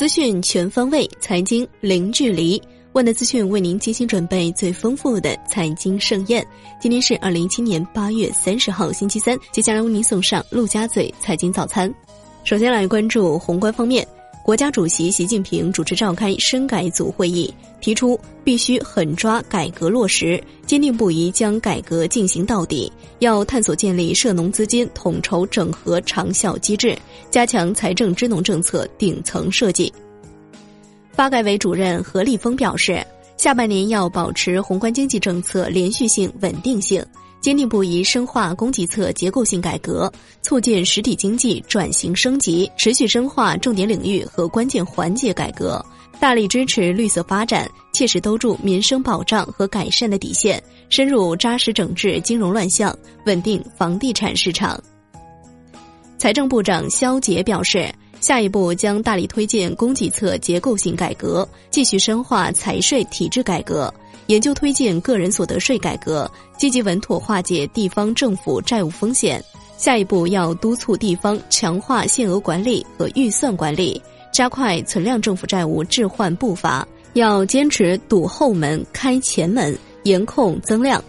资讯全方位，财经零距离。万德资讯为您精心准备最丰富的财经盛宴。今天是2017年8月30号星期三，接下来为您送上陆家嘴财经早餐。首先来关注宏观方面，国家主席习近平主持召开深改组会议，提出必须狠抓改革落实，坚定不移将改革进行到底，要探索建立涉农资金统筹整合长效机制，加强财政支农政策顶层设计。发改委主任何立峰表示，下半年要保持宏观经济政策连续性、稳定性，坚定不移深化供给侧结构性改革，促进实体经济转型升级，持续深化重点领域和关键环节改革，大力支持绿色发展，切实兜住民生保障和改善的底线，深入扎实整治金融乱象，稳定房地产市场。财政部长肖捷表示，下一步将大力推进供给侧结构性改革，继续深化财税体制改革，研究推进个人所得税改革，积极稳妥化解地方政府债务风险。下一步要督促地方强化限额管理和预算管理，加快存量政府债务置换步伐，要坚持堵后门、开前门，严控增量。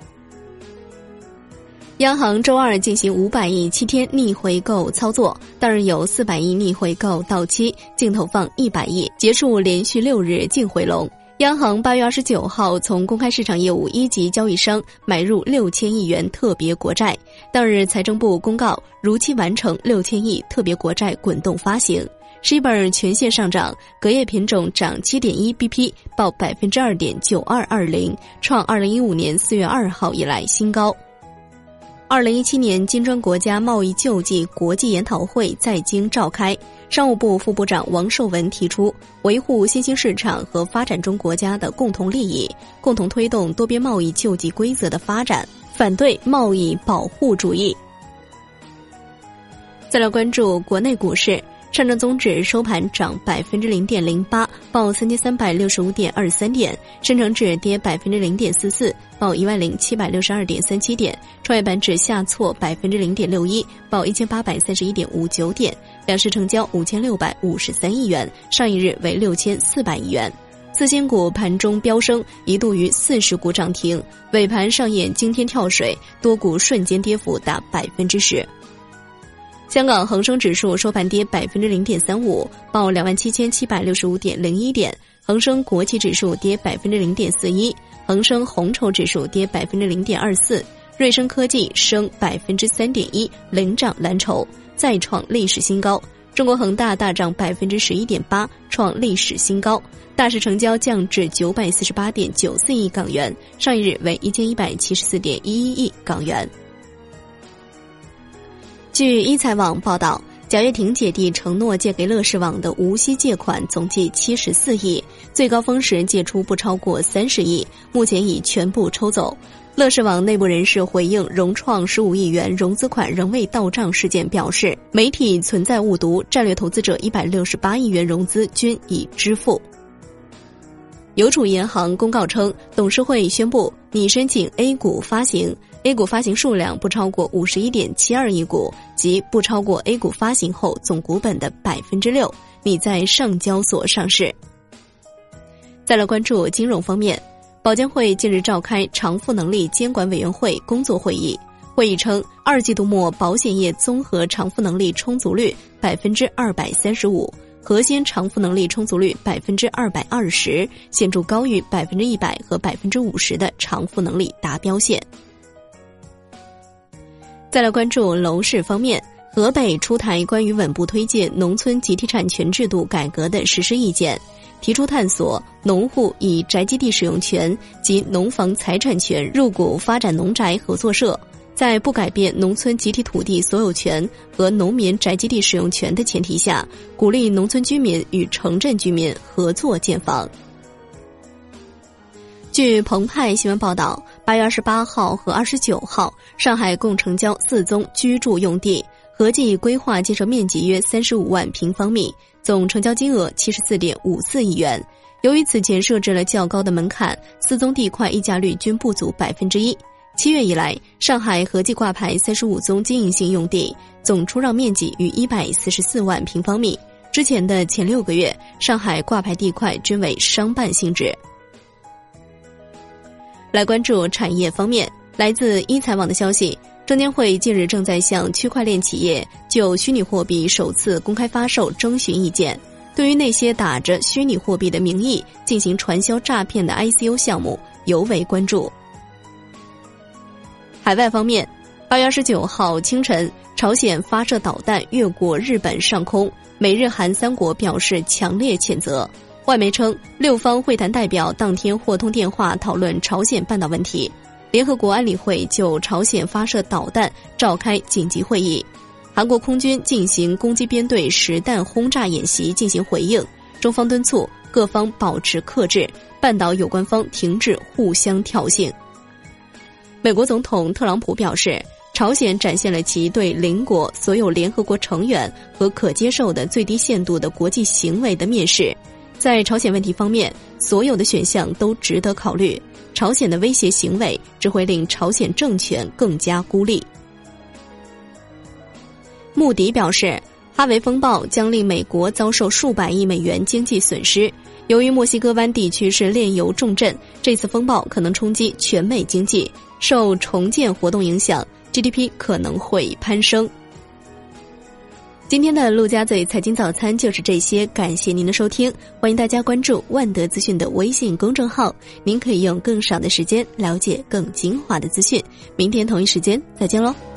央行周二进行500亿7天逆回购操作，当日有400亿逆回购到期，净投放100亿，结束连续6日净回笼。央行8月29号从公开市场业务一级交易商买入6000亿元特别国债，当日财政部公告如期完成6000亿特别国债滚动发行。Shibor 全线上涨，隔夜品种涨 7.1 BP， 报 2.9220， 创2015年4月2号以来新高。2017年金砖国家贸易救济国际研讨会在京召开，商务部副部长王受文提出，维护新兴市场和发展中国家的共同利益，共同推动多边贸易救济规则的发展，反对贸易保护主义。再来关注国内股市，上证综指收盘涨 0.08%， 报 3365.23 点，深成指跌 0.44%， 报 10762.37 点，创业板指下挫 0.61%， 报 1831.59 点，两市成交5653亿元，上一日为6400亿元。次新股盘中飙升，一度逾40股涨停，尾盘上演惊天跳水，多股瞬间跌幅达 10%。香港恒生指数收盘跌 0.35%， 报 27,765.01 点，恒生国企指数跌 0.41%， 恒生红筹指数跌 0.24%， 瑞声科技升 3.1%， 领涨蓝筹，再创历史新高。中国恒大大涨 11.8%， 创历史新高，大市成交降至 948.94 亿港元，上一日为 1174.11 亿港元。据一财网报道，贾跃亭姐弟承诺借给乐视网的无息借款总计74亿，最高峰时借出不超过30亿，目前已全部抽走。乐视网内部人士回应融创15亿元融资款仍未到账事件表示，媒体存在误读，战略投资者168亿元融资均已支付。邮储银行公告称，董事会宣布拟申请 A 股发行，A 股发行数量不超过 51.72 亿股，即不超过 A 股发行后总股本的 6%， 拟在上交所上市。再来关注金融方面，保监会近日召开偿付能力监管委员会工作会议，会议称，2季度末保险业综合偿付能力充足率 235%，核心偿付能力充足率 220%， 显著高于 100% 和 50% 的偿付能力达标线。再来关注楼市方面，河北出台关于稳步推进农村集体产权制度改革的实施意见，提出探索农户以宅基地使用权及农房财产权入股发展农宅合作社，在不改变农村集体土地所有权和农民宅基地使用权的前提下，鼓励农村居民与城镇居民合作建房。据澎湃新闻报道，8月28号和29号，上海共成交4宗居住用地，合计规划建设面积约35万平方米，总成交金额 74.54 亿元。由于此前设置了较高的门槛，4宗地块溢价率均不足 1%。7月以来，上海合计挂牌35宗经营性用地，总出让面积逾144万平方米。 之前的前6个月，上海挂牌地块均为商办性质。来关注产业方面，来自一财网的消息，证监会近日正在向区块链企业就虚拟货币首次公开发售征询意见。对于那些打着虚拟货币的名义进行传销诈骗的 ICO 项目尤为关注。海外方面，8月29号清晨，朝鲜发射导弹越过日本上空，美日韩3国表示强烈谴责。外媒称，6方会谈代表当天获通电话讨论朝鲜半岛问题。联合国安理会就朝鲜发射导弹召开紧急会议。韩国空军进行攻击编队实弹轰炸演习进行回应，中方敦促各方保持克制，半岛有关方停止互相挑衅。美国总统特朗普表示，朝鲜展现了其对邻国所有联合国成员和可接受的最低限度的国际行为的蔑视。在朝鲜问题方面，所有的选项都值得考虑，朝鲜的威胁行为只会令朝鲜政权更加孤立。穆迪表示，哈维风暴将令美国遭受数百亿美元经济损失。由于墨西哥湾地区是炼油重镇，这次风暴可能冲击全美经济，受重建活动影响， GDP 可能会攀升。今天的陆家嘴财经早餐就是这些，感谢您的收听，欢迎大家关注万德资讯的微信公众号，您可以用更少的时间了解更精华的资讯。明天同一时间再见喽。